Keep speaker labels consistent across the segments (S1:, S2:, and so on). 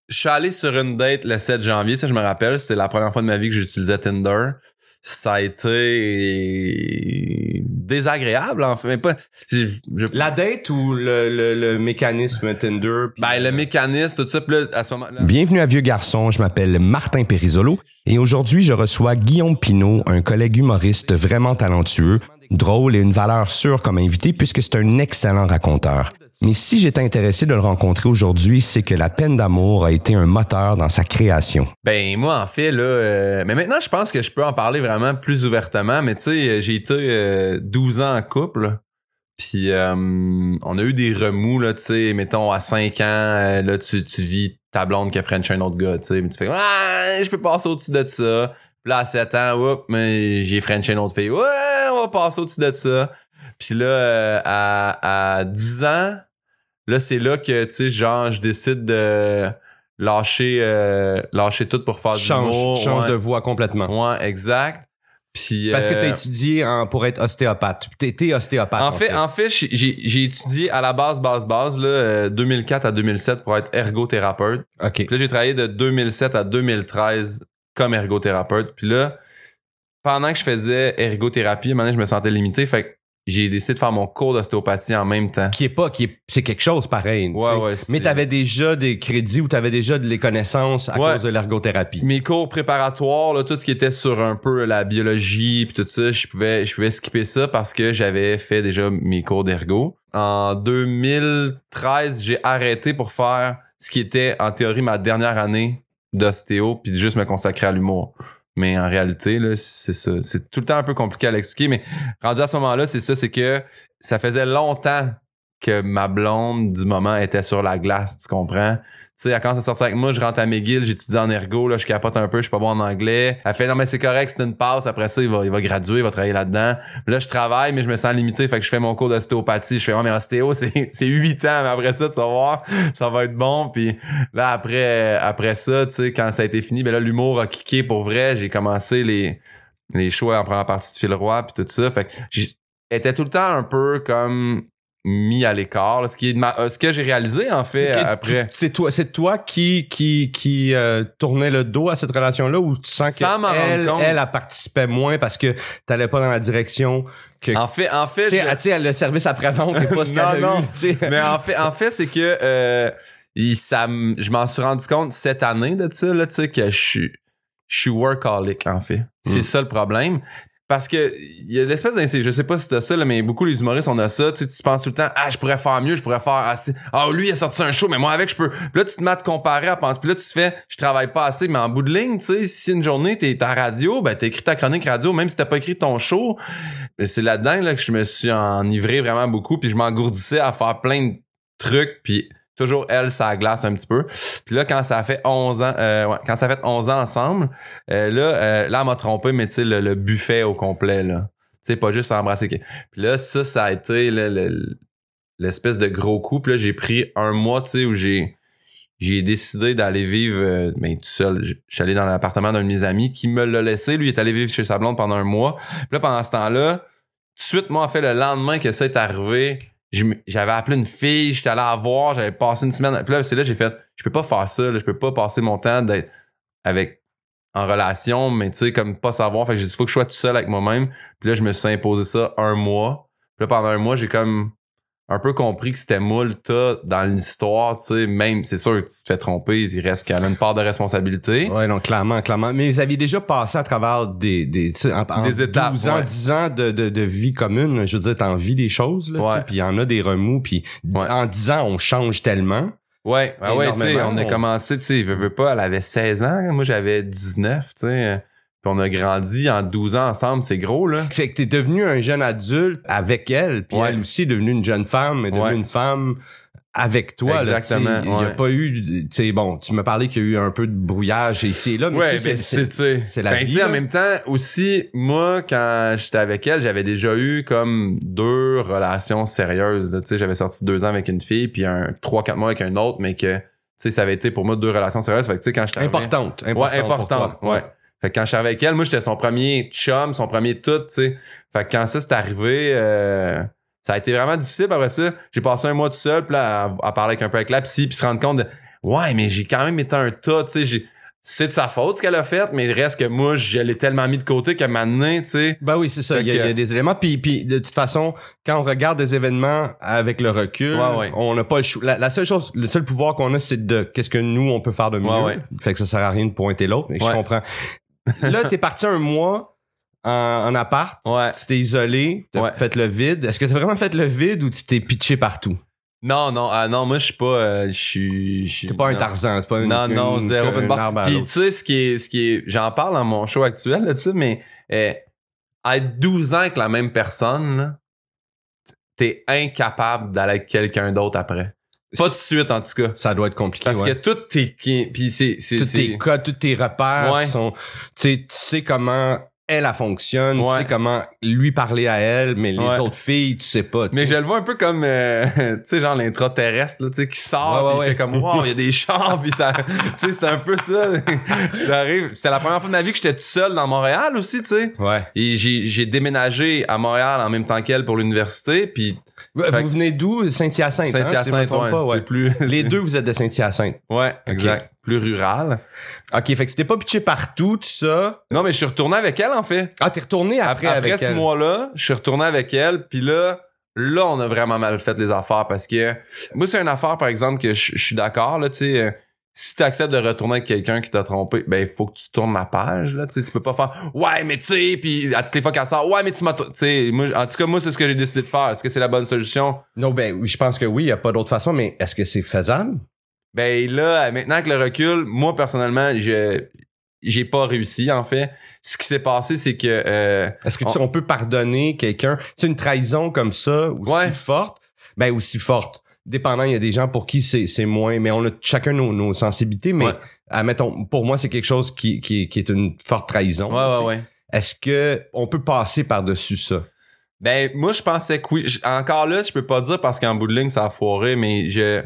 S1: je suis allé sur une date le 7 janvier, ça je me rappelle, c'est la première fois de ma vie que j'utilisais Tinder. Ça a été désagréable, en fait. Mais pas,
S2: La date ou le mécanisme Tinder?
S1: Le mécanisme, tout ça. Puis là, à ce moment-là...
S2: Bienvenue à Vieux Garçon, je m'appelle Martin Périsolo et aujourd'hui, je reçois Guillaume Pinault, un collègue humoriste vraiment talentueux, drôle et une valeur sûre comme invité puisque c'est un excellent raconteur. Mais si j'étais intéressé de le rencontrer aujourd'hui, c'est que la peine d'amour a été un moteur dans sa création.
S1: Ben moi en fait là, mais maintenant je pense que je peux en parler vraiment plus ouvertement. Mais tu sais, j'ai été 12 ans en couple, puis on a eu des remous là, tu sais, mettons à 5 ans, là tu vis ta blonde qui a French un autre gars, tu sais, mais tu fais je peux passer au-dessus de ça. Puis là à 7 ans, oups, mais j'ai French une autre fille, ouais, on va passer au-dessus de ça. Puis là à 10 ans. Là, c'est là que, tu sais, genre, je décide de lâcher tout pour faire du humour.
S2: Change de voie complètement.
S1: Ouais, exact. Puis,
S2: parce que t'as étudié pour être ostéopathe. T'es ostéopathe.
S1: En fait, j'ai étudié à la base, là, 2004 à 2007 pour être ergothérapeute.
S2: OK.
S1: Puis là, j'ai travaillé de 2007 à 2013 comme ergothérapeute. Puis là, pendant que je faisais ergothérapie, à un moment donné, je me sentais limité. Fait que j'ai décidé de faire mon cours d'ostéopathie en même temps.
S2: C'est quelque chose pareil.
S1: Ouais,
S2: mais t'avais déjà des crédits ou t'avais déjà des connaissances à cause de l'ergothérapie.
S1: Mes cours préparatoires, là, tout ce qui était sur un peu la biologie puis tout ça, je pouvais skipper ça parce que j'avais fait déjà mes cours d'ergo. En 2013, j'ai arrêté pour faire ce qui était en théorie ma dernière année d'ostéo puis juste me consacrer à l'humour. Mais en réalité, là, c'est ça. C'est tout le temps un peu compliqué à l'expliquer, mais rendu à ce moment-là, c'est ça, c'est que ça faisait longtemps que ma blonde du moment était sur la glace, tu comprends? Tu sais, elle commence à sortir avec moi, je rentre à McGill, j'étudie en ergo, là, je capote un peu, je suis pas bon en anglais. Elle fait, non, mais c'est correct, c'est une passe, après ça, il va graduer, il va travailler là-dedans. Là, je travaille, mais je me sens limité, fait que je fais mon cours d'ostéopathie. Je fais, mais ostéo, c'est 8 ans, mais après ça, tu vas voir, ça va être bon. Puis là, après ça, tu sais, quand ça a été fini, ben là, l'humour a kické pour vrai. J'ai commencé les shows en première partie de Phil Roy, puis tout ça. Fait que j'étais tout le temps un peu comme mis à l'écart, là, ce que j'ai réalisé en fait après.
S2: C'est toi qui tournais le dos à cette relation-là ou tu sens qu'elle participait moins parce que t'allais pas dans la direction que.
S1: En fait,
S2: tu sais, le service après-vente n'est pas ce qu'elle a eu.
S1: Mais en fait, c'est que je m'en suis rendu compte cette année de ça là, tu sais que je suis workaholic en fait. C'est ça le problème. Parce que il y a l'espèce d'insécurité, je sais pas si t'as ça là, mais beaucoup les humoristes on a ça, tu sais, tu penses tout le temps je pourrais faire mieux, je pourrais faire assez. Lui il a sorti un show mais moi avec je peux. Puis là tu te mets à te comparer à penser, puis là tu te fais je travaille pas assez, mais en bout de ligne, tu sais, si une journée t'es à radio, ben t'as écrit ta chronique radio même si t'as pas écrit ton show. C'est là-dedans là que je me suis enivré vraiment beaucoup, puis je m'engourdissais à faire plein de trucs, puis toujours elle, ça glace un petit peu. Puis là, quand ça a fait 11 ans, quand ça a fait 11 ans ensemble, là, elle m'a trompé, mais tu sais, le buffet au complet, là. Tu sais, pas juste embrasser. Puis là, ça a été l'espèce de gros coup. Puis là, j'ai pris un mois, tu sais, où j'ai décidé d'aller vivre tout seul. Je suis allé dans l'appartement d'un de mes amis qui me l'a laissé. Lui, il est allé vivre chez sa blonde pendant un mois. Puis là, pendant ce temps-là, tout de suite, moi, en fait, le lendemain que ça est arrivé, j'avais appelé une fille, j'étais allé la voir, j'avais passé une semaine. Puis là, c'est là j'ai fait, je peux pas faire ça, là, je peux pas passer mon temps d'être en relation, mais tu sais, comme pas savoir. Fait que j'ai dit, faut que je sois tout seul avec moi-même. Puis là, je me suis imposé ça un mois. Puis là, pendant un mois, j'ai comme un peu compris que c'était moi le tas dans l'histoire, tu sais, même, c'est sûr que tu te fais tromper, il reste qu'elle a une part de responsabilité.
S2: Ouais, non, clairement. Mais vous aviez déjà passé à travers des
S1: étapes,
S2: 12 ans, 10 ans de vie commune. Je veux dire, t'en vis des choses, là, puis il y en a des remous, puis en 10 ans, on change tellement.
S1: Ouais, tu sais, on a commencé, tu sais, veux pas, elle avait 16 ans, moi j'avais 19, tu sais. Puis on a grandi en 12 ans ensemble, c'est gros, là.
S2: Fait que t'es devenu un jeune adulte avec elle, puis elle aussi est devenue une jeune femme, est devenue une femme avec toi.
S1: Exactement.
S2: Il n'y a pas eu, tu sais, bon, tu m'as parlé qu'il y a eu un peu de brouillage ici et là, mais c'est la vie.
S1: En même temps, aussi, moi, quand j'étais avec elle, j'avais déjà eu comme 2 relations sérieuses. Tu sais, j'avais sorti 2 ans avec une fille, puis 3-4 mois avec un autre, mais que, tu sais, ça avait été pour moi 2 relations sérieuses. Fait que, tu sais, quand j'étais
S2: importante.
S1: Ouais. Fait que quand je suis avec elle, moi, j'étais son premier chum, son premier tout, tu sais. Fait que quand ça s'est arrivé, ça a été vraiment difficile. Après ça, j'ai passé un mois tout seul, puis là, à parler un peu avec la psy, puis se rendre compte de ouais, mais j'ai quand même été un tas, tu sais, c'est de sa faute ce qu'elle a fait, mais il reste que moi, je l'ai tellement mis de côté qu'à un moment donné, tu sais.
S2: Ben oui, c'est ça. Il y a des éléments. Puis de toute façon, quand on regarde des événements avec le recul, on n'a pas le choix. La seule chose, le seul pouvoir qu'on a, c'est de qu'est-ce que nous, on peut faire de mieux. Fait que ça sert à rien de pointer l'autre. Mais je comprends. Là, t'es parti un mois en appart. Tu t'es isolé. T'as fait le vide. Est-ce que t'as vraiment fait le vide ou tu t'es pitché partout?
S1: Non, moi je suis pas
S2: T'es pas un Tarzan, c'est pas
S1: non, zéro open bar. Puis tu sais ce qui est j'en parle dans mon show actuel là, tu sais, mais être 12 ans avec la même personne là, t'es incapable d'aller avec quelqu'un d'autre après. Pas tout de suite en tout cas.
S2: Ça doit être compliqué
S1: parce que tout tes puis c'est
S2: tes codes, tous tes repères sont tu sais comment elle fonctionne, tu sais comment lui parler à elle, mais les autres filles, tu sais pas.
S1: Mais je le vois un peu comme, tu sais, genre l'intraterrestre, là, tu sais, qui sort, pis il fait comme, wow, il y a des chars, pis ça, tu sais, c'est un peu ça. J'arrive, c'était la première fois de ma vie que j'étais tout seul dans Montréal aussi, tu sais. Et j'ai déménagé à Montréal en même temps qu'elle pour l'université, puis
S2: vous venez d'où? Saint-Hyacinthe.
S1: Saint-Hyacinthe,
S2: c'est plus... Les deux, vous êtes de Saint-Hyacinthe.
S1: Ouais, exact. Okay. Plus rural.
S2: OK, fait que c'était pas pitché partout, tout ça.
S1: Non, mais je suis retourné avec elle, en fait.
S2: Ah, t'es retourné après avec elle?
S1: Après ce mois-là, je suis retourné avec elle, puis là, on a vraiment mal fait les affaires, parce que moi, c'est une affaire, par exemple, que je suis d'accord, là, tu sais... Si t'acceptes de retourner avec quelqu'un qui t'a trompé, ben il faut que tu tournes la page là, tu sais, tu peux pas faire ouais mais tu sais, puis à toutes les fois qu'elle sort ouais mais tu m'as, tu sais, moi en tout cas moi c'est ce que j'ai décidé de faire. Est-ce que c'est la bonne solution?
S2: Non, ben oui, je pense que oui, il y a pas d'autre façon, mais est-ce que c'est faisable?
S1: Ben là maintenant avec le recul, moi personnellement j'ai pas réussi en fait. Ce qui s'est passé c'est que
S2: est-ce que on peut pardonner quelqu'un, c'est une trahison comme ça aussi forte? Ben aussi forte. Dépendant, il y a des gens pour qui c'est moins, mais on a chacun nos sensibilités, mais admettons, pour moi, c'est quelque chose qui est une forte trahison. Est-ce que on peut passer par-dessus ça?
S1: Ben, moi, je pensais que oui. Encore là, je peux pas dire parce qu'en bout de ligne, ça a foiré, mais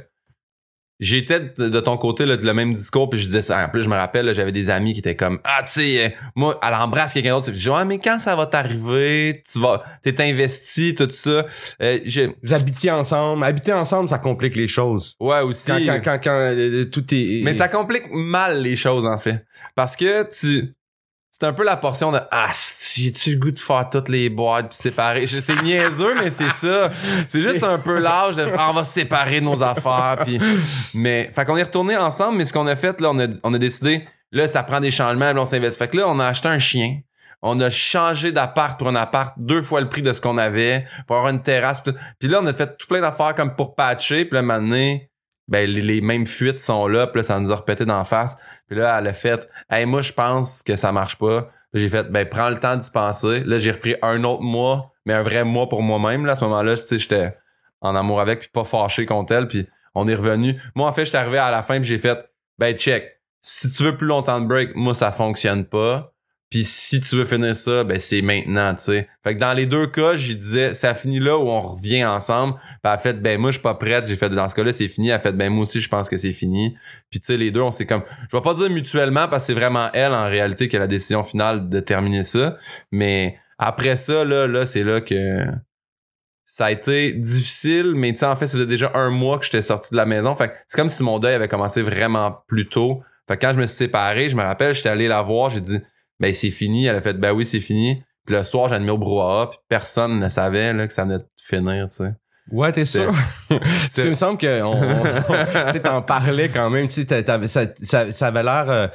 S1: j'étais de ton côté là, le même discours, puis je disais ça. En plus, je me rappelle, là, j'avais des amis qui étaient comme tu sais, moi, elle embrasse quelqu'un d'autre. Je dis mais quand ça va t'arriver, t'es investi, tout ça.
S2: Vous habitiez ensemble. Habiter ensemble, ça complique les choses.
S1: Ouais, aussi.
S2: Quand tout est.
S1: Mais ça complique mal les choses en fait, parce que c'est un peu la portion de j'ai-tu le goût de faire toutes les boîtes puis séparer. C'est niaiseux, mais c'est ça. C'est juste un peu l'âge de on va séparer nos affaires puis mais fait qu'on est retourné ensemble, mais ce qu'on a fait là, on a décidé là ça prend des changements, là, on s'investit. Fait que là on a acheté un chien. On a changé d'appart pour un appart 2 fois le prix de ce qu'on avait pour avoir une terrasse. Puis là on a fait tout plein d'affaires comme pour patcher, puis là maintenant ben les mêmes fuites sont là, puis là ça nous a repété d'en face. Puis là elle a fait hey moi je pense que ça marche pas. Là, j'ai fait ben prends le temps d'y penser. Là j'ai repris un autre mois, mais un vrai mois pour moi-même là à ce moment-là, tu sais j'étais en amour avec puis pas fâché contre elle, puis on est revenu. Moi en fait j'étais arrivé à la fin puis j'ai fait ben check. Si tu veux plus longtemps de break, moi ça fonctionne pas. Puis si tu veux finir ça, ben c'est maintenant, tu sais. Fait que dans les deux cas, j'y disais, ça finit là où on revient ensemble. Puis elle a fait, ben moi je suis pas prête. J'ai fait, dans ce cas-là, c'est fini. Elle a fait, ben moi aussi je pense que c'est fini. Puis tu sais, les deux, on s'est comme, je vais pas dire mutuellement parce que c'est vraiment elle en réalité qui a la décision finale de terminer ça. Mais après ça, là c'est là que ça a été difficile. Mais tu sais, en fait, ça faisait déjà un mois que j'étais sorti de la maison. Fait que c'est comme si mon deuil avait commencé vraiment plus tôt. Fait que quand je me suis séparé, je me rappelle, j'étais allé la voir, j'ai dit ben c'est fini. Elle a fait ben oui c'est fini. Puis le soir j'ai admis au brouhaha puis personne ne savait là, que ça venait de finir, tu sais.
S2: Ouais, t'es sûr? Il me semble que tu t'en parlais quand même, tu sais, ça avait l'air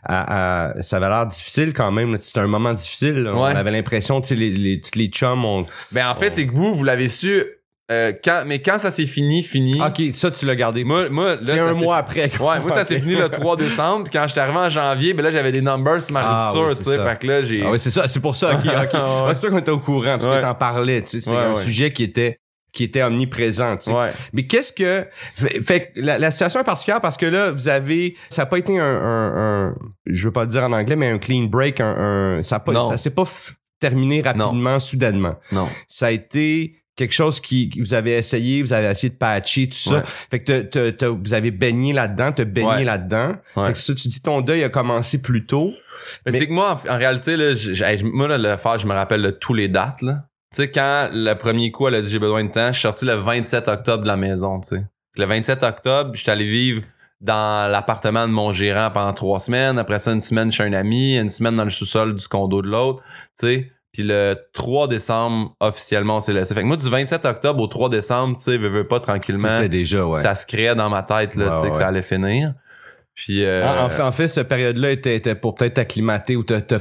S2: ça avait l'air difficile quand même, c'était un moment difficile là. On avait l'impression, tu sais, tous les chums
S1: ben en fait c'est que vous l'avez su quand ça s'est fini.
S2: OK, ça tu l'as gardé.
S1: Moi là,
S2: c'est un mois après.
S1: Ouais, moi ça s'est fini le 3 décembre, puis quand j'étais arrivé en janvier, ben là j'avais des numbers sur ma rupture, tu sais, fait que là j'ai
S2: oui, c'est ça, c'est pour ça. OK. C'est toi qu'on était au courant parce que t'en parlais, tu sais, c'était un sujet qui était omniprésent, tu sais. Mais qu'est-ce que fait la situation est particulière parce que là vous avez ça a pas été un je veux pas le dire en anglais mais un clean break, ça s'est pas terminé rapidement soudainement.
S1: Non.
S2: Ça a été quelque chose vous avez essayé de patcher tout ça. Fait que vous avez baigné là-dedans, là-dedans. Fait que ça tu dis ton deuil a commencé plus tôt.
S1: Mais c'est que moi en réalité là, moi là, l'affaire, je me rappelle de tous les dates là. Tu sais quand le premier coup elle a dit j'ai besoin de temps, je suis sorti le 27 octobre de la maison, tu sais. Le 27 octobre, j'étais allé vivre dans l'appartement de mon gérant pendant 3 semaines. Après ça, une semaine chez un ami, une semaine dans le sous-sol du condo de l'autre, tu sais. Puis le 3 décembre, officiellement, on s'est laissé. Fait que moi, du 27 octobre au 3 décembre, tu sais, veux pas tranquillement.
S2: C'était déjà, ouais.
S1: Ça se créait dans ma tête, là, tu sais, que ça allait finir. Puis
S2: en fait, cette période-là était pour peut-être t'acclimater ou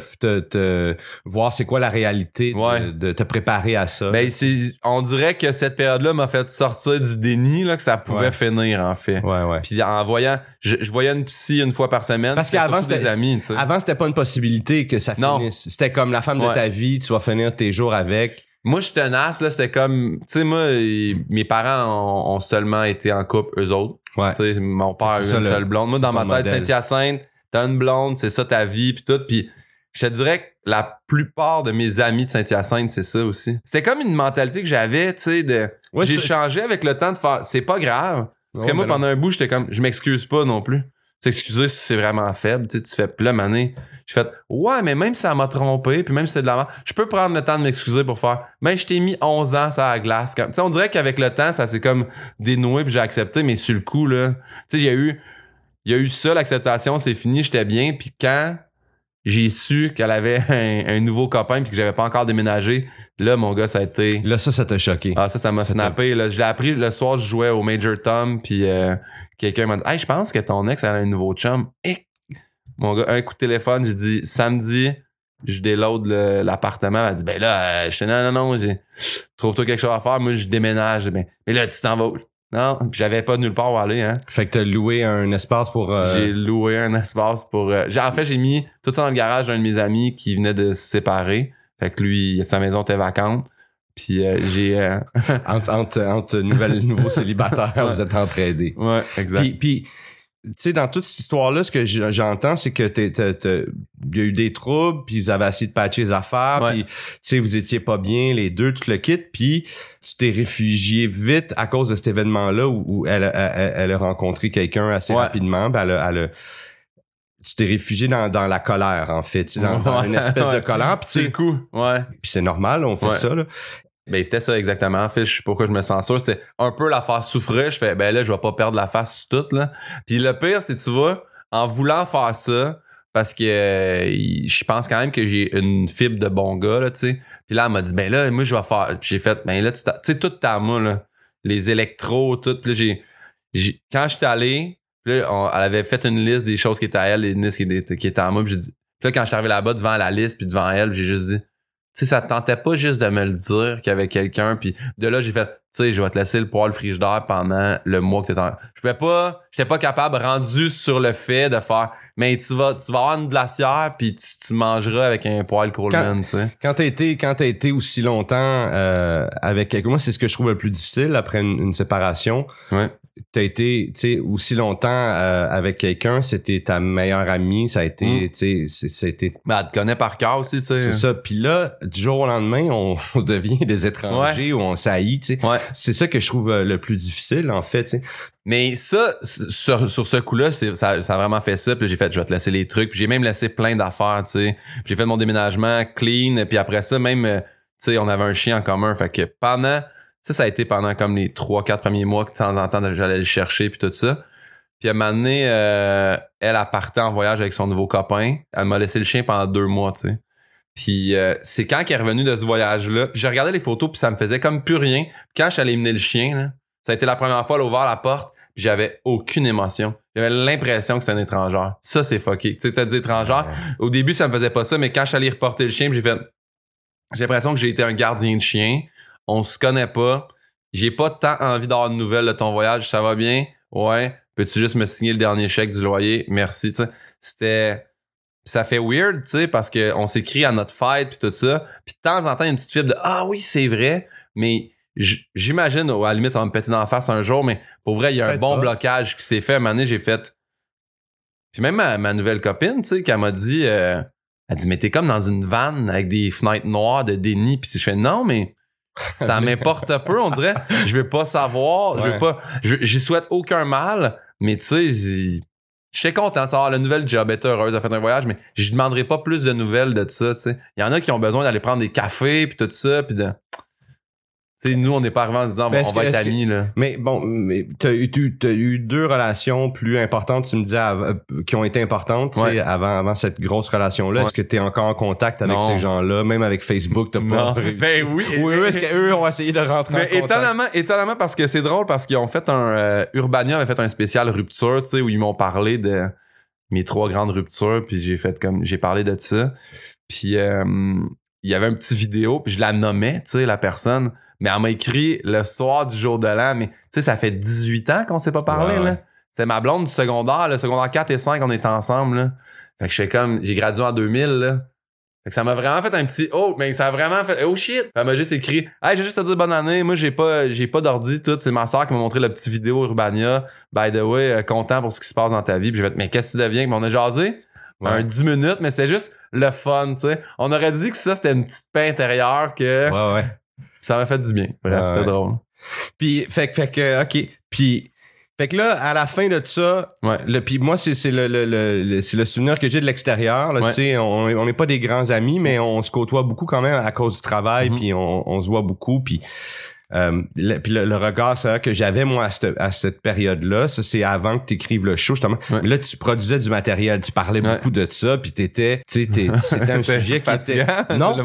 S2: te voir c'est quoi la réalité de te préparer à ça.
S1: Ben, on dirait que cette période-là m'a fait sortir du déni, là, que ça pouvait finir, en fait.
S2: Ouais.
S1: Puis en voyant, je voyais une psy une fois par semaine.
S2: Parce qu'avant,
S1: des amis, tu sais.
S2: Avant, c'était pas une possibilité que ça finisse. C'était comme la femme de ta vie, tu vas finir tes jours avec.
S1: Moi, je suis tenace, là, c'était comme, tu sais, moi, mes parents ont seulement été en couple, eux autres.
S2: Ouais.
S1: Tu sais, mon père a eu une seule blonde. Moi, dans ma tête, Saint-Hyacinthe, t'as une blonde, c'est ça ta vie, puis tout. Puis je te dirais que la plupart de mes amis de Saint-Hyacinthe, c'est ça aussi. C'était comme une mentalité que j'avais, tu sais, j'ai changé avec le temps de faire, c'est pas grave. Parce que moi, pendant un bout, j'étais comme, je m'excuse pas non plus. T'excuser si c'est vraiment faible, tu fais plein d'années. J'ai fait, ouais, mais même si ça m'a trompé, puis même si c'est de la merde, je peux prendre le temps de m'excuser pour faire, mais je t'ai mis 11 ans sur la glace. Tu sais, on dirait qu'avec le temps, ça s'est comme dénoué, puis j'ai accepté, mais sur le coup, là, tu sais, il y a eu ça, l'acceptation, c'est fini, j'étais bien, puis quand j'ai su qu'elle avait un nouveau copain, puis que j'avais pas encore déménagé, là, mon gars, ça a été...
S2: Là, ça t'a choqué.
S1: Ah, ça m'a snappé. Là. Je l'ai appris le soir, je jouais au Major Tom, puis quelqu'un m'a dit « Hey, je pense que ton ex, elle a un nouveau chum. » Mon gars, un coup de téléphone, j'ai dit « Samedi, je déload l'appartement. » Elle m'a dit « Ben là, je dis non, trouve-toi quelque chose à faire. Moi, je déménage. » Mais là, tu t'en vas où? Non, puis j'avais pas nulle part où aller, hein.
S2: Fait que t'as loué un espace pour...
S1: J'ai loué un espace pour... En fait, j'ai mis tout ça dans le garage d'un de mes amis qui venait de se séparer. Fait que lui, sa maison était vacante. Puis j'ai...
S2: entre nouveaux célibataires, vous êtes entraidés.
S1: Ouais, exact.
S2: Puis tu sais, dans toute cette histoire-là, ce que j'entends, c'est que il y a eu des troubles, puis vous avez essayé de patcher les affaires, puis tu sais, vous étiez pas bien, les deux, tout le kit, puis tu t'es réfugié vite à cause de cet événement-là où elle a rencontré quelqu'un assez rapidement, puis tu t'es réfugié dans la colère, en fait, dans une espèce de colère. Puis
S1: c'est le coup,
S2: Puis c'est normal, on fait ça, là.
S1: Ben, c'était ça exactement. En fait, je sais pourquoi je me sens sûr. C'était un peu la faire souffrir. Je fais, ben là, je vais pas perdre la face sur toute, là. Puis le pire, c'est, tu vois, en voulant faire ça, parce que je pense quand même que j'ai une fibre de bon gars, là, tu sais. Puis là, elle m'a dit, ben là, moi, je vais faire. Puis j'ai fait, ben là, tu sais, tout ta main, là. Les électros, tout. Puis là, quand j'étais allé, puis là, elle avait fait une liste des choses qui étaient à elle, les listes qui étaient à moi. Puis j'ai dit, puis là, quand je suis arrivé là-bas devant la liste, puis devant elle, j'ai juste dit, tu sais, ça te tentait pas juste de me le dire qu'il y avait quelqu'un, puis de là, j'ai fait, tu sais, je vais te laisser le poêle frigidaire pendant le mois que t'es en... j'étais pas capable, rendu sur le fait de faire, mais tu vas avoir une glacière, puis tu mangeras avec un poêle Coleman, tu sais.
S2: Quand t'as été aussi longtemps avec quelqu'un, moi, c'est ce que je trouve le plus difficile après une séparation.
S1: Ouais.
S2: T'as été, tu sais, aussi longtemps avec quelqu'un, c'était ta meilleure amie, ça a été, tu sais, c'était...
S1: Ben, elle te connaît par cœur aussi, tu sais.
S2: C'est ça. Puis là, du jour au lendemain, on devient des étrangers ou on s'haït, tu sais.
S1: Ouais.
S2: C'est ça que je trouve le plus difficile, en fait, tu sais.
S1: Mais ça, sur ce coup-là, ça a vraiment fait ça. Puis j'ai fait, je vais te laisser les trucs. Puis j'ai même laissé plein d'affaires, tu sais. Puis j'ai fait mon déménagement clean. Puis après ça, même, tu sais, on avait un chien en commun. Fait que ça a été pendant comme les 3-4 premiers mois que de temps en temps, j'allais le chercher puis tout ça. Puis à un moment donné, elle a parti en voyage avec son nouveau copain. Elle m'a laissé le chien pendant 2 mois, tu sais. Puis c'est quand qu'elle est revenue de ce voyage-là. Puis j'ai regardé les photos puis ça me faisait comme plus rien. Puis quand je suis allé mener le chien, là, ça a été la première fois, elle a ouvert la porte puis j'avais aucune émotion. J'avais l'impression que c'était une étrangère. Ça, c'est fucké. Tu sais, t'as dit étrangère. Au début, ça me faisait pas ça, mais quand je suis allé reporter le chien, j'ai l'impression que j'ai été un gardien de chien. On se connaît pas. J'ai pas tant envie d'avoir de nouvelles de ton voyage. Ça va bien? Ouais. Peux-tu juste me signer le dernier chèque du loyer? Merci. Tu sais, ça fait weird, tu sais, parce qu'on s'écrit à notre fête puis tout ça. Puis de temps en temps, il y a une petite fibre de ah oui, c'est vrai. Mais j'imagine, à la limite, ça va me péter dans la face un jour, mais pour vrai, il y a un bon blocage qui s'est fait. À un moment donné, j'ai fait. Puis même ma nouvelle copine, tu sais, qui m'a dit, elle dit, mais t'es comme dans une vanne avec des fenêtres noires de déni. Puis je fais non, mais ça m'importe peu, on dirait. Je veux pas savoir. J'y souhaite aucun mal, mais tu sais, j'étais content de savoir la nouvelle job, être heureuse de faire un voyage, mais je demanderai pas plus de nouvelles de ça, tu sais. Il y en a qui ont besoin d'aller prendre des cafés puis tout ça, puis de... Tu sais, nous, on n'est pas arrivés en disant, on va être amis, là.
S2: Mais bon, t'as eu 2 relations plus importantes, tu me disais, qui ont été importantes, tu sais, avant cette grosse relation-là. Est-ce que t'es encore en contact avec ces gens-là, même avec Facebook, t'as pas réussi?
S1: Ben oui.
S2: Oui, est-ce qu'eux ont essayé de rentrer en contact?
S1: Étonnamment, parce que c'est drôle, parce qu'ils ont fait Urbania avait fait un spécial rupture, tu sais, où ils m'ont parlé de mes 3 grandes ruptures, puis j'ai parlé de ça. Puis il y avait un petit vidéo, puis je la nommais, tu sais, la personne. Mais elle m'a écrit le soir du jour de l'an, mais tu sais, ça fait 18 ans qu'on s'est pas parlé, là. C'est ma blonde du secondaire, le secondaire 4 et 5, on était ensemble, là. Fait que j'ai gradué en 2000, là. Fait que ça m'a vraiment fait un petit mais ça a vraiment fait oh shit. Elle m'a juste écrit hey, j'ai juste à te dire bonne année, moi j'ai pas d'ordi tout, c'est ma soeur qui m'a montré le petit vidéo Urbania. By the way, content pour ce qui se passe dans ta vie. Puis j'ai fait mais qu'est-ce que tu deviens? Puis on a jasé un 10 minutes, mais c'est juste le fun, tu sais. On aurait dit que ça c'était une petite paix intérieure que ça m'a fait du bien. Bref, c'était drôle.
S2: Puis fait que OK, puis fait que là, à la fin de ça, puis moi, c'est le souvenir que j'ai de l'extérieur. Tu sais, on n'est pas des grands amis, mais on se côtoie beaucoup quand même à cause du travail, puis on se voit beaucoup, puis le regard, c'est vrai que j'avais moi à cette période-là. Ça, c'est avant que tu écrives le show, justement. Mais là, tu produisais du matériel, tu parlais beaucoup de ça, puis c'était un sujet qui était non,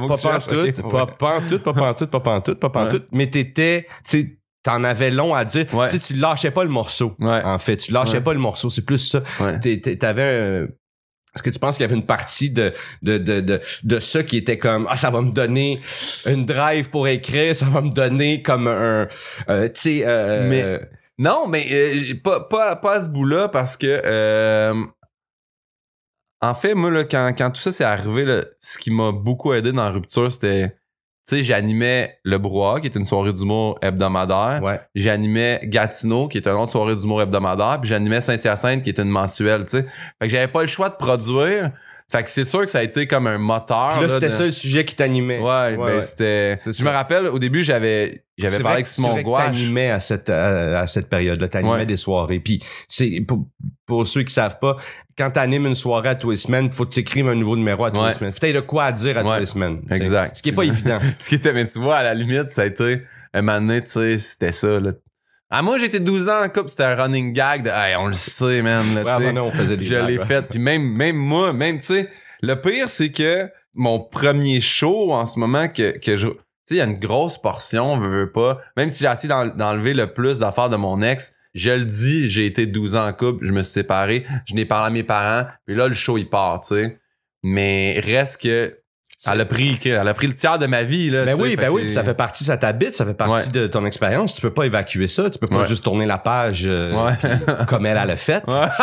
S2: pas pantoute, mais t'étais, tu sais, t'en avais long à dire. Tu sais, tu lâchais pas le morceau. En fait, tu lâchais pas le morceau. C'est plus ça. T'avais est-ce que tu penses qu'il y avait une partie de ça qui était comme ça va me donner une drive pour écrire, ça va me donner comme un tu sais
S1: mais non, mais pas à ce bout-là parce que en fait moi là quand tout ça s'est arrivé là, ce qui m'a beaucoup aidé dans la rupture, c'était tu sais, j'animais Le Brouhaha, qui est une soirée d'humour hebdomadaire. J'animais Gatineau, qui est une autre soirée d'humour hebdomadaire. Puis j'animais Saint-Hyacinthe, qui est une mensuelle, tu sais. Fait que j'avais pas le choix de produire. Fait que c'est sûr que ça a été comme un moteur.
S2: Puis là, c'était ça le sujet qui t'animait.
S1: Ben c'était... Je me rappelle, au début, j'avais parlé avec Simon Gouache.
S2: T'animais à cette période-là. T'animais des soirées. Puis c'est... Pour ceux qui savent pas, quand t'animes une soirée à tous les semaines, faut que tu écrives un nouveau numéro à tous les semaines. Faut que t'aies de quoi à dire à tous les semaines.
S1: Exact.
S2: Ce qui est pas évident.
S1: Mais tu vois, à la limite, ça a été... Un moment donné, tu sais, c'était ça, là. Ah, moi, j'étais 12 ans en couple, c'était un running gag de, hey, on le sait, man, là, tu sais.
S2: On faisait des
S1: je l'ai fait. Puis même moi, tu sais, le pire, c'est que mon premier show en ce moment que je, tu sais, il y a une grosse portion, veux pas, même si j'ai essayé d'enlever le plus d'affaires de mon ex, je le dis, j'ai été 12 ans en couple, je me suis séparé, je n'ai parlé à mes parents, puis là, le show, il part, tu sais. Mais reste que, elle a pris le tiers de ma vie, là.
S2: Ben oui, puis ça fait partie, ça t'habite, ça fait partie de ton expérience. Tu peux pas évacuer ça, tu peux pas juste tourner la page comme elle l'a fait.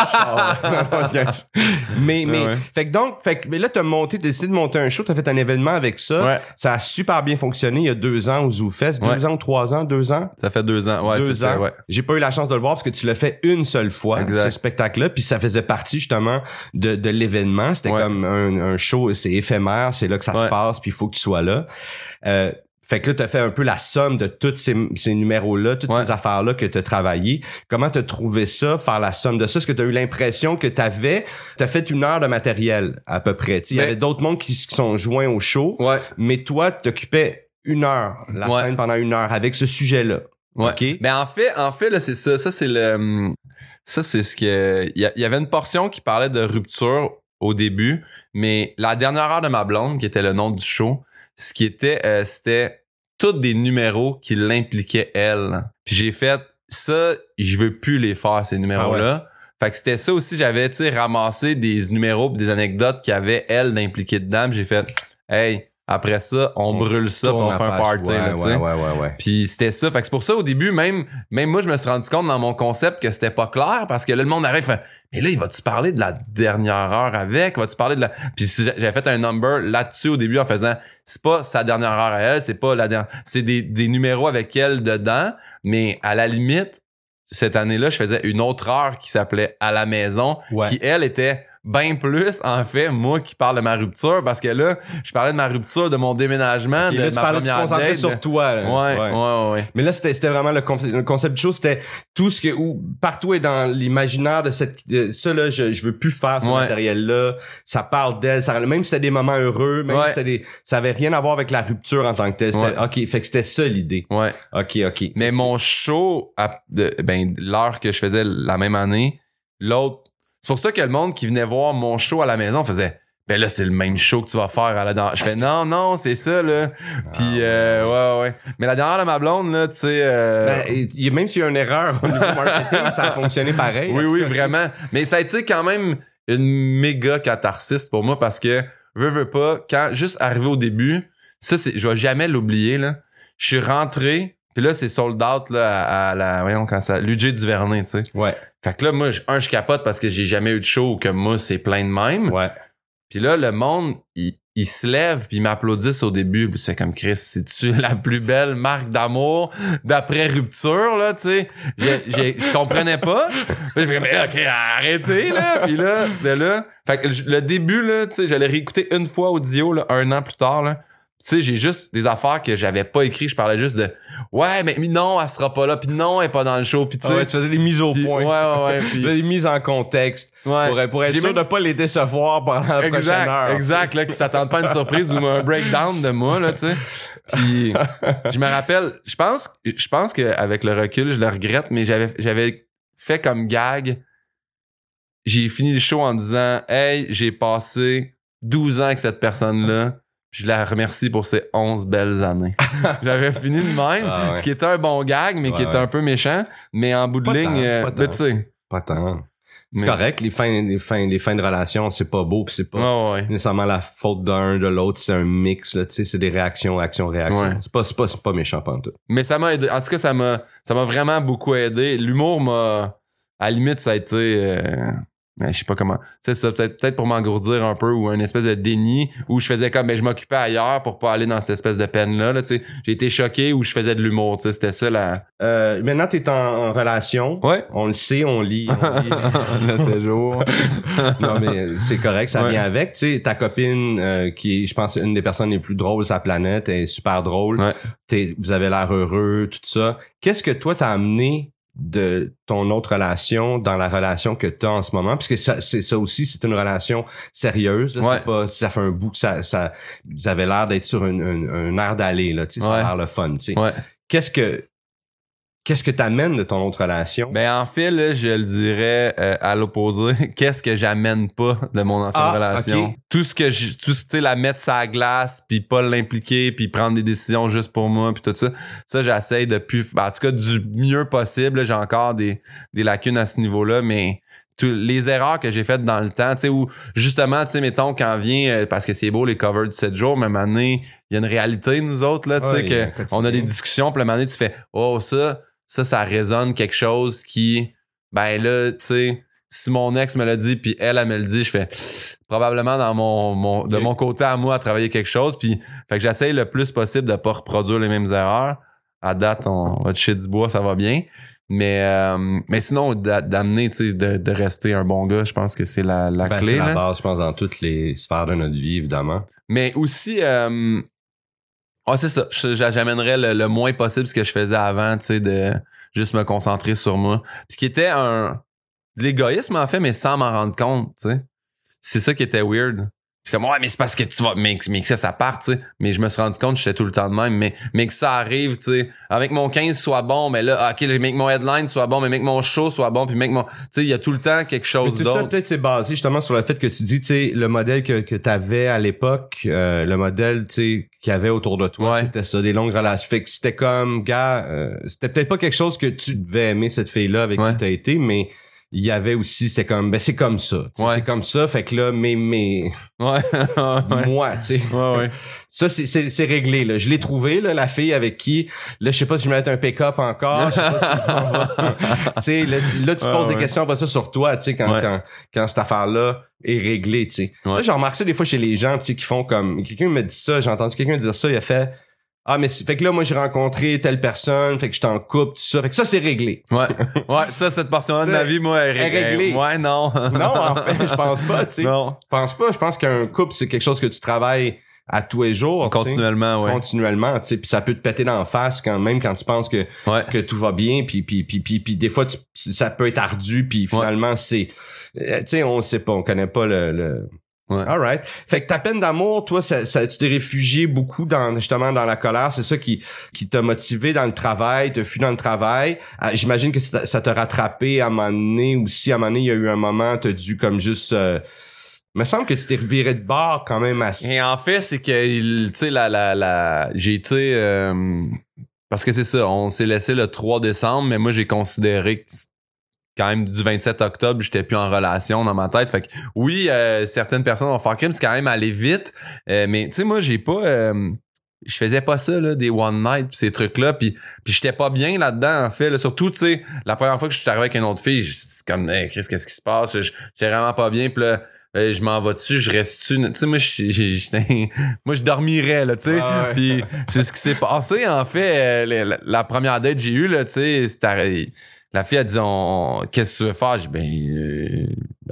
S2: Mais mais là t'as décidé de monter un show, t'as fait un événement avec ça. Ça a super bien fonctionné il y a 2 ans au ZooFest, 2 ans ou 3 ans, 2 ans.
S1: Ça fait 2 ans,
S2: 2 ans. J'ai pas eu la chance de le voir parce que tu l'as fait une seule fois, ce spectacle-là, puis ça faisait partie justement de l'événement. C'était comme un show, c'est éphémère, c'est là que ça se passe, puis il faut que tu sois là. Fait que là, t'as fait un peu la somme de tous ces numéros-là, toutes ces affaires-là que t'as travaillé. Comment t'as trouvé ça, faire la somme de ça? Est-ce que t'as eu l'impression que t'as fait 1 heure de matériel, à peu près? Il y avait d'autres mondes qui sont joints au show, mais toi, t'occupais 1 heure, la scène pendant 1 heure, avec ce sujet-là. OK?
S1: Ben en fait, là, c'est ça. Ça, c'est le... Ça, c'est ce que... Il y avait une portion qui parlait de rupture au début, mais la dernière heure de ma blonde, qui était le nom du show, ce qui était, c'était tous des numéros qui l'impliquaient elle. Puis j'ai fait ça, je veux plus les faire ces numéros-là. Fait que c'était ça aussi, j'avais tu sais ramassé des numéros pis des anecdotes qui avaient elle d'impliquer dedans. Puis j'ai fait hey, après ça, on brûle ça pis on fait un party là, tu sais. Puis c'était ça. Fait que c'est pour ça au début même moi je me suis rendu compte dans mon concept que c'était pas clair parce que là le monde arrive fait mais là il va-tu parler de la dernière heure avec, va-tu parler de la puis j'avais fait un number là-dessus au début en faisant c'est pas sa dernière heure à elle, c'est pas la dernière, c'est des numéros avec elle dedans, mais à la limite cette année-là, je faisais une autre heure qui s'appelait À la maison qui elle était bien plus, en fait, moi qui parle de ma rupture, parce que là, je parlais de ma rupture, de mon déménagement,
S2: Et
S1: de
S2: là, tu
S1: ma
S2: parlais de te
S1: première
S2: concentrer
S1: date.
S2: sur toi. Là.
S1: Ouais.
S2: Mais là, c'était vraiment le concept du show, c'était tout ce que partout est dans l'imaginaire de ça là, je veux plus faire ce matériel-là. Ça parle d'elle, même si c'était des moments heureux, même si ça avait rien à voir avec la rupture en tant que tel. OK, fait que c'était ça l'idée.
S1: Ouais.
S2: OK.
S1: Mais mon show, l'heure que je faisais la même année, l'autre, c'est pour ça que le monde qui venait voir mon show à la maison faisait ben là c'est le même show que tu vas faire à la danse. Je fais non c'est ça là. Puis ouais. Mais la dernière de ma blonde là, tu sais
S2: même s'il y a une erreur au niveau marketing, ça a fonctionné pareil.
S1: Oui, vraiment. Mais ça a été quand même une méga catharsis pour moi parce que veux pas, quand juste arrivé au début, ça c'est je vais jamais l'oublier là. Je suis rentré, puis là c'est sold out là à la l'UJ Duvernay, tu sais.
S2: Ouais.
S1: Fait que là moi je capote parce que j'ai jamais eu de show que moi c'est plein de même.
S2: Ouais.
S1: Puis là, le monde, il se lève puis ils m'applaudissent au début. Puis c'est comme Chris, c'est-tu la plus belle marque d'amour d'après rupture, là, tu sais? Je comprenais pas. Puis je fais, mais OK, arrêtez, là. Puis là, fait que le début, là, tu sais, j'allais réécouter une fois audio, là, 1 an plus tard, là. Tu sais, j'ai juste des affaires que j'avais pas écrit. Je parlais juste de ouais, mais non, elle sera pas là. Puis non, elle est pas dans le show. Puis tu sais,
S2: tu faisais des mises au point.
S1: Ouais. Puis
S2: des mises en contexte.
S1: Ouais.
S2: Pour être sûr de pas les décevoir pendant la prochaine heure.
S1: Exact, là, qu'ils s'attendent pas à une surprise ou un breakdown de moi, là, tu sais. Puis je me rappelle, je pense qu'avec le recul, je le regrette, mais j'avais fait comme gag. J'ai fini le show en disant hey, j'ai passé 12 ans avec cette personne-là. Je la remercie pour ses 11 belles années. J'avais fini de même, ce qui était un bon gag, mais qui était un peu méchant. Mais en bout de ligne, tu sais.
S2: Pas tant. C'est correct, les fins de relation, c'est pas beau, pis c'est pas nécessairement la faute d'un, de l'autre, c'est un mix, là, tu sais, c'est des réactions, action-réaction. Ouais. C'est pas méchant pantoute.
S1: Mais ça m'a aidé. En tout cas, ça m'a vraiment beaucoup aidé. L'humour m'a, à la limite, ça a été, je sais pas comment. C'est ça, peut-être pour m'engourdir un peu ou une espèce de déni où je faisais comme je m'occupais ailleurs pour pas aller dans cette espèce de peine-là. Là, tu sais. J'ai été choqué où je faisais de l'humour. Tu sais, c'était ça la.
S2: Maintenant, t'es en relation.
S1: Ouais.
S2: On le sait, on lit.
S1: Le séjour.
S2: Non, mais c'est correct, ça vient avec. Tu sais, ta copine, qui est, je pense, une des personnes les plus drôles sur la planète, elle est super drôle.
S1: Ouais.
S2: Vous avez l'air heureux, tout ça. Qu'est-ce que toi t'as amené de ton autre relation dans la relation que t'as en ce moment, puisque ça aussi c'est une relation sérieuse là, c'est pas, ça fait un bout que ça vous avez l'air d'être sur un air d'aller là, tu sais, ça a l'air le fun, tu sais. Qu'est-ce que t'amènes de ton autre relation?
S1: Ben en fait là, je le dirais à l'opposé. Qu'est-ce que j'amène pas de mon ancienne relation? Okay. Tout ce tu sais, la mettre sur la glace, puis pas l'impliquer, puis prendre des décisions juste pour moi, puis tout ça. Ça, j'essaie de plus, en tout cas du mieux possible. Là, j'ai encore des lacunes à ce niveau-là, mais les erreurs que j'ai faites dans le temps, tu sais, où justement, tu sais, mettons, quand vient, parce que c'est beau les covers du 7 jours, mais à un moment donné, il y a une réalité, nous autres, là, tu sais, on a des discussions, puis à un moment donné, tu fais, oh, ça résonne quelque chose qui, ben là, tu sais, si mon ex me l'a dit puis elle me le dit, je fais probablement dans mon côté à moi à travailler quelque chose, puis fait que j'essaye le plus possible de pas reproduire les mêmes erreurs. À date, on va toucher du bois, ça va bien. Mais sinon, d'amener, tu sais, de rester un bon gars, je pense que c'est la clé.
S2: C'est la base, je pense, dans toutes les sphères de notre vie, évidemment.
S1: Mais aussi... c'est ça. J'amènerais le moins possible ce que je faisais avant, tu sais, de juste me concentrer sur moi. Ce qui était de l'égoïsme, en fait, mais sans m'en rendre compte, tu sais. C'est ça qui était weird. Je suis comme, ouais, mais c'est parce que tu vas, mais que ça part, tu sais. Mais je me suis rendu compte que j'étais tout le temps de même, mais que ça arrive, tu sais. Avec mon 15 soit bon, mais là, OK, mais que mon headline soit bon, mais que mon show soit bon, puis tu sais, il y a tout le temps quelque chose d'autre.
S2: Ça, peut-être, c'est basé justement sur le fait que tu dis, tu sais, le modèle que t'avais à l'époque, le modèle, tu sais, qu'il y avait autour de toi, c'était ça, des longues relations. Fait que c'était comme, gars, c'était peut-être pas quelque chose que tu devais aimer cette fille-là avec qui t'as été, mais il y avait aussi, c'était comme, ben c'est comme ça. C'est comme ça, fait que là, mais moi, tu sais. Ça, c'est réglé, là. Je l'ai trouvé, là, la fille avec qui, là, je sais pas si je me mets un pick-up encore, je sais pas si tu sais, là, tu poses des questions après ça sur toi, tu sais, quand cette affaire-là est réglée, tu sais. Ça, j'en remarque ça des fois chez les gens, tu sais, qui font comme, quelqu'un me dit ça, j'ai entendu quelqu'un dire ça, il a fait, Ah, mais fait que là, moi, j'ai rencontré telle personne, fait que je t'en coupe, tout ça. Fait que ça, c'est réglé.
S1: Ouais, ça, cette portion-là de ma vie, moi, est réglée. Ouais, non.
S2: Non, en fait, je pense pas, tu sais.
S1: Non.
S2: Je pense pas. Je pense qu'un couple, c'est quelque chose que tu travailles à tous les jours.
S1: Continuellement, ouais.
S2: Continuellement, tu sais. Puis ça peut te péter dans la face quand tu penses que tout va bien. Puis des fois, ça peut être ardu. Puis finalement, c'est... tu sais, on sait pas, on connaît pas le...
S1: Ouais.
S2: Alright. Fait que ta peine d'amour, toi, ça tu t'es réfugié beaucoup justement dans la colère. C'est ça qui t'a motivé dans le travail, te fui dans le travail. J'imagine que ça t'a rattrapé à un moment donné aussi. À un moment donné, il y a eu un moment, t'as dû comme juste... me semble que tu t'es reviré de bord quand même assez.
S1: Et en fait, c'est que, tu sais, j'ai été... parce que c'est ça, on s'est laissé le 3 décembre, mais moi, j'ai considéré que quand même du 27 octobre, j'étais plus en relation dans ma tête. Fait que oui, certaines personnes vont faire crime, c'est quand même aller vite. Mais tu sais, moi, j'ai pas... je faisais pas ça, là, des one night pis ces trucs-là. Puis j'étais pas bien là-dedans, en fait. Là. Surtout, tu sais, la première fois que je suis arrivé avec une autre fille, c'est comme, hey, Chris, qu'est-ce qui se passe? J'étais vraiment pas bien. Puis là, je m'en vais dessus, je reste dessus. Tu sais, moi, je dormirais, là, tu sais.
S2: Ah ouais.
S1: Puis c'est ce qui s'est passé, en fait. La première date que j'ai eue, là, tu sais, c'était... La fille a dit, qu'est-ce que tu veux faire? J'ai dit,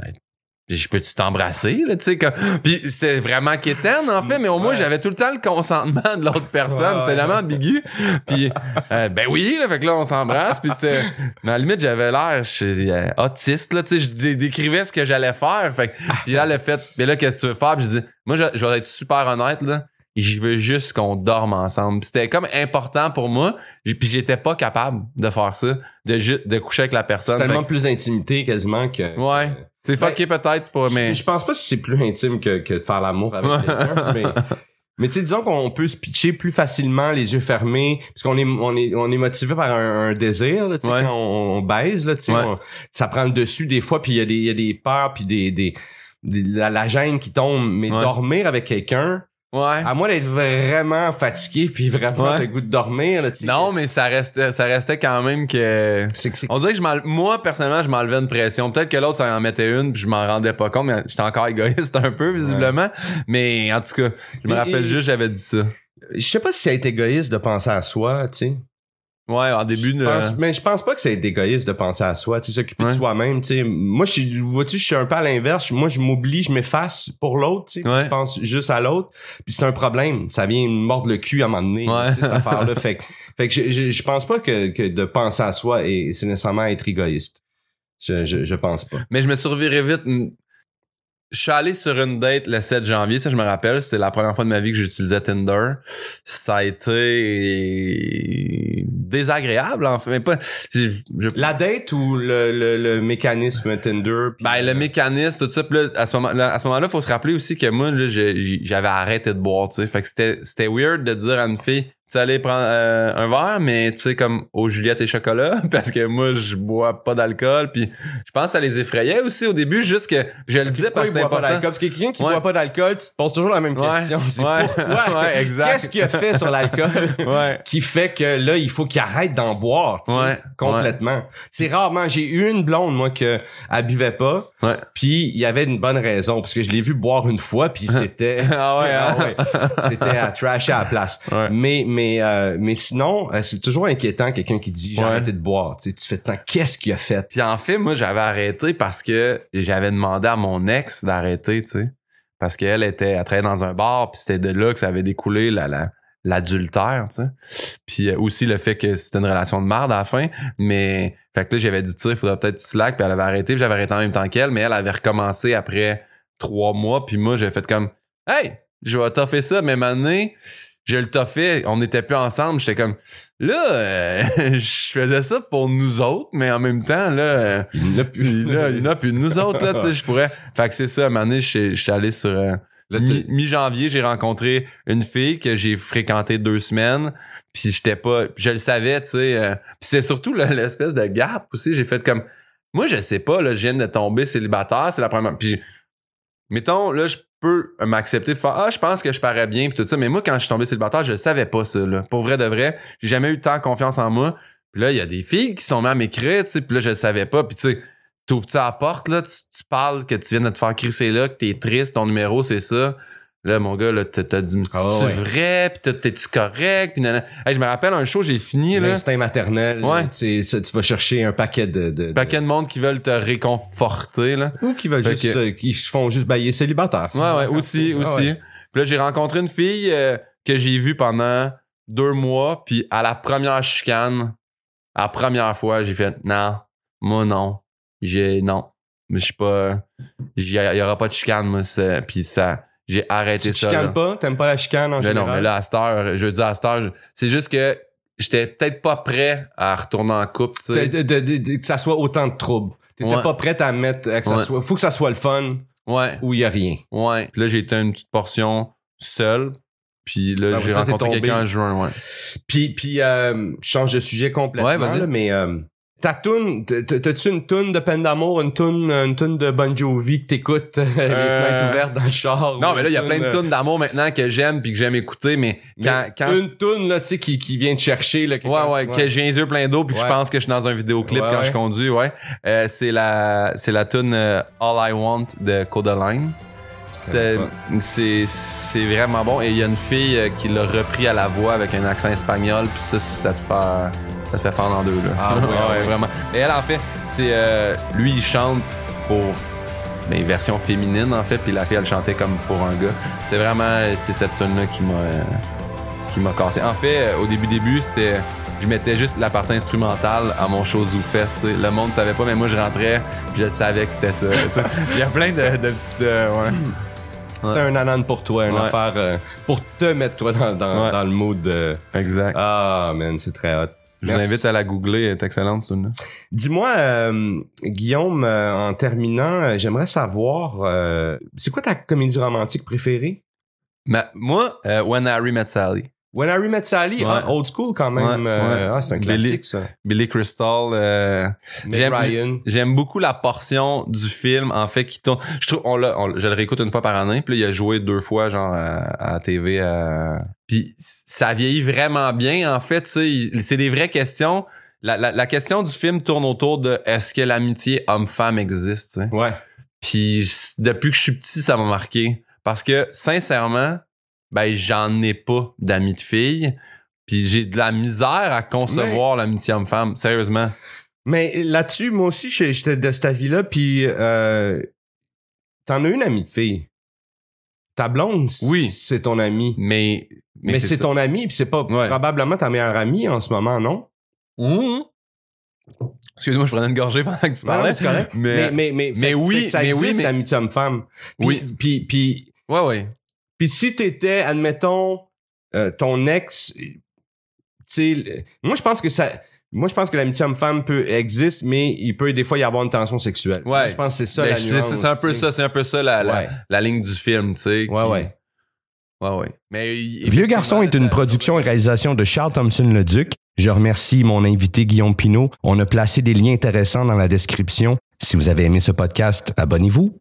S1: je peux-tu t'embrasser, là, tu sais, comme... Puis c'est vraiment quétaine, en fait, mais au moins, j'avais tout le temps le consentement de l'autre personne. C'est vraiment ambigu. Puis, ben oui, là, fait que là, on s'embrasse, puis c'est... Mais à la limite, j'avais l'air autiste, là, tu sais, je décrivais ce que j'allais faire, fait que... Puis là, le fait, mais là, qu'est-ce que tu veux faire? Puis je dis, moi, je vais être super honnête, là. Je veux juste qu'on dorme ensemble. Puis c'était comme important pour moi. Puis j'étais pas capable de faire ça, de coucher avec la personne.
S2: C'est tellement plus d'intimité quasiment que...
S1: Ouais. C'est fucké peut-être pas, mais...
S2: Je pense pas si c'est plus intime que de faire l'amour avec quelqu'un, mais tu sais, disons qu'on peut se pitcher plus facilement les yeux fermés, parce qu'on est motivé par un désir, tu sais, quand on baise, là, tu sais, ça prend le dessus des fois, puis il y a des peurs, puis la gêne qui tombe, mais dormir avec quelqu'un...
S1: Ouais.
S2: À moins d'être vraiment fatigué puis vraiment le goût de dormir. Là,
S1: non, mais ça restait quand même que... On dirait que moi, personnellement, je m'enlevais une pression. Peut-être que l'autre, ça en mettait une puis je m'en rendais pas compte, mais j'étais encore égoïste un peu, visiblement. Ouais. Mais en tout cas, je me rappelle juste, j'avais dit ça.
S2: Je sais pas si c'est égoïste de penser à soi, tu sais.
S1: Ouais, en début
S2: mais je pense pas que c'est égoïste de penser à soi, tu sais, s'occuper de soi-même, tu sais. Moi, je suis un peu à l'inverse. Moi, je m'oublie, je m'efface pour l'autre, tu sais. Je pense juste à l'autre. Puis c'est un problème. Ça vient me mordre le cul à un moment donné, cette affaire-là. Fait que je pense pas que de penser à soi c'est nécessairement être égoïste. Je pense pas.
S1: Mais je me suis reviré vite. Je suis allé sur une date le 7 janvier, ça je me rappelle, c'est la première fois de ma vie que j'utilisais Tinder. Ça a été désagréable en fait, mais pas
S2: la date ou le mécanisme Tinder
S1: le mécanisme tout ça, puis là, à ce moment-là, faut se rappeler aussi que moi là, j'avais arrêté de boire, tu sais. Fait que c'était weird de dire à une fille tu allais prendre un verre, mais tu sais, comme aux Juliette et chocolat, parce que moi, je bois pas d'alcool, puis je pense que ça les effrayait aussi au début, juste que je le disais parce que c'était important.
S2: Parce que quelqu'un qui boit pas d'alcool, tu te poses toujours la même question. Pourquoi? Exact. Qu'est-ce qu'il a fait sur l'alcool qui fait que là, il faut qu'il arrête d'en boire, tu sais, complètement. C'est rarement, j'ai eu une blonde, moi, elle buvait pas, puis il y avait une bonne raison, parce que je l'ai vu boire une fois, puis c'était... c'était à trasher à la place. Mais sinon, c'est toujours inquiétant quelqu'un qui dit j'ai arrêté de boire. Tu fais tant qu'est-ce qu'il a fait?
S1: Puis en fait, moi j'avais arrêté parce que j'avais demandé à mon ex d'arrêter, tu sais. Parce qu'elle travaillait dans un bar, puis c'était de là que ça avait découlé l'adultère, tu sais. Puis aussi le fait que c'était une relation de merde à la fin. Mais fait que là, j'avais dit, tu sais, il faudrait peut-être que tu slack, puis elle avait arrêté, puis j'avais arrêté en même temps qu'elle, mais elle avait recommencé après 3 mois, puis moi, j'avais fait comme hey, je vais toffer ça, mais maintenant, je le toffais, on n'était plus ensemble, j'étais comme là, je faisais ça pour nous autres, mais en même temps, là, il n'y en a plus de nous autres, là, tu sais, je pourrais. Fait que c'est ça, à un moment donné, je suis allé sur mi-janvier, j'ai rencontré une fille que j'ai fréquentée 2 semaines, puis je le savais, tu sais, puis c'est surtout là, l'espèce de gap aussi, j'ai fait comme, moi, je sais pas, là, je viens de tomber célibataire, c'est la première, puis mettons, là, je peux m'accepter de faire je pense que je parais bien pis tout ça, mais moi quand je suis tombé célibataire, je savais pas ça là. Pour vrai de vrai, j'ai jamais eu tant confiance en moi. Puis là, il y a des filles qui sont mis à m'écrire, tu sais, puis là je le savais pas, puis tu sais, t'ouvres-tu à la porte là, tu parles que tu viens de te faire crisser là, que t'es triste, ton numéro c'est ça. Là, mon gars, là, t'as dit, c'est vrai, pis t'es-tu correct, pis nanana. Hey, je me rappelle un show, j'ai fini, là.
S2: L'instinct maternel.
S1: Ouais.
S2: Tu vas chercher un paquet de
S1: paquet de monde qui veulent te réconforter, là.
S2: Ou qui veulent juste, qui se font juste bailler célibataire.
S1: Ouais, aussi. Ouais. Puis là, j'ai rencontré une fille que j'ai vue pendant 2 mois, puis à la première chicane, à la première fois, j'ai fait, non, moi, non. Non. Mais je suis pas, il y aura pas de chicane, moi, puis ça, j'ai arrêté ça.
S2: Tu chicanes pas? T'aimes pas la chicane en général?
S1: Non, mais là, à cette heure, je dis à cette heure, c'est juste que j'étais peut-être pas prêt à retourner en couple, tu sais.
S2: Que ça soit autant de troubles. T'étais pas prêt à mettre, que ça soit, faut que ça soit le fun.
S1: Ouais.
S2: Où il y a rien.
S1: Ouais. Puis là, j'ai été une petite portion seule. Puis là, j'ai rencontré quelqu'un en juin, ouais.
S2: Puis je change de sujet complètement,
S1: ouais, vas-y.
S2: Là, mais ta toune, t'as-tu une toune de peine d'amour, une toune de Bon Jovi que t'écoutes les fenêtres ouvertes dans le char?
S1: Non, mais là, il y a plein de tounes d'amour maintenant que j'aime puis que j'aime écouter, mais quand
S2: une toune, là, tu sais, qui vient te chercher, là.
S1: Que j'ai les yeux pleins d'eau puis que je pense que je suis dans un vidéoclip quand je conduis, c'est la toune All I Want de Codaline. C'est vraiment bon et il y a une fille qui l'a repris à la voix avec un accent espagnol puis ça te fait faire en deux là.
S2: Ah ouais,
S1: vraiment. Et elle en fait, c'est lui il chante pour version féminine en fait puis la fille elle chantait comme pour un gars. C'est cette tune là qui m'a cassé. En fait, au début c'était je mettais juste la partie instrumentale à mon show ZooFest, tu sais. Le monde savait pas, mais moi je rentrais, puis je savais que c'était ça. Il y a plein de petites.
S2: C'était un anan pour toi, une affaire pour te mettre toi dans le mood.
S1: Exact.
S2: Ah man, c'est très hot.
S1: Je vous invite à la googler, elle est excellente ce là.
S2: Dis-moi, Guillaume, en terminant, j'aimerais savoir, c'est quoi ta comédie romantique préférée?
S1: Moi, When Harry Met Sally.
S2: When Harry Met Sally, old school quand même. C'est un classique, ça.
S1: Billy Crystal. J'aime beaucoup la portion du film, en fait, qui tourne. Je trouve, je le réécoute une fois par année, puis là, il a joué 2 fois, genre, à la TV. Puis ça vieillit vraiment bien, en fait, tu sais. C'est des vraies questions. La question du film tourne autour de est-ce que l'amitié homme-femme existe, tu sais.
S2: Ouais.
S1: Puis depuis que je suis petit, ça m'a marqué. Parce que, sincèrement, j'en ai pas d'amis de filles. Puis j'ai de la misère à concevoir l'amitié homme-femme. Sérieusement.
S2: Mais là-dessus, moi aussi, j'étais de cet avis-là. Puis t'en as une amie de fille. Ta blonde, c'est ton amie.
S1: Mais
S2: c'est ton amie. Puis c'est pas probablement ta meilleure amie en ce moment, non?
S1: Excuse-moi, je prenais une gorgée pendant que tu parlais.
S2: Non, c'est correct.
S1: Mais oui,
S2: ça existe, l'amitié homme-femme. Puis Puis si t'étais, admettons, ton ex, tu sais, moi je pense que l'amitié homme-femme existe, mais il peut des fois y avoir une tension sexuelle. Ouais. Moi, je pense que c'est ça la nuance.
S1: C'est un peu ça la ligne du film, tu sais. Ouais. Mais
S2: Vieux Garçon est une production et réalisation de Charles Thompson-Leduc. Je remercie mon invité Guillaume Pinault. On a placé des liens intéressants dans la description. Si vous avez aimé ce podcast, abonnez-vous.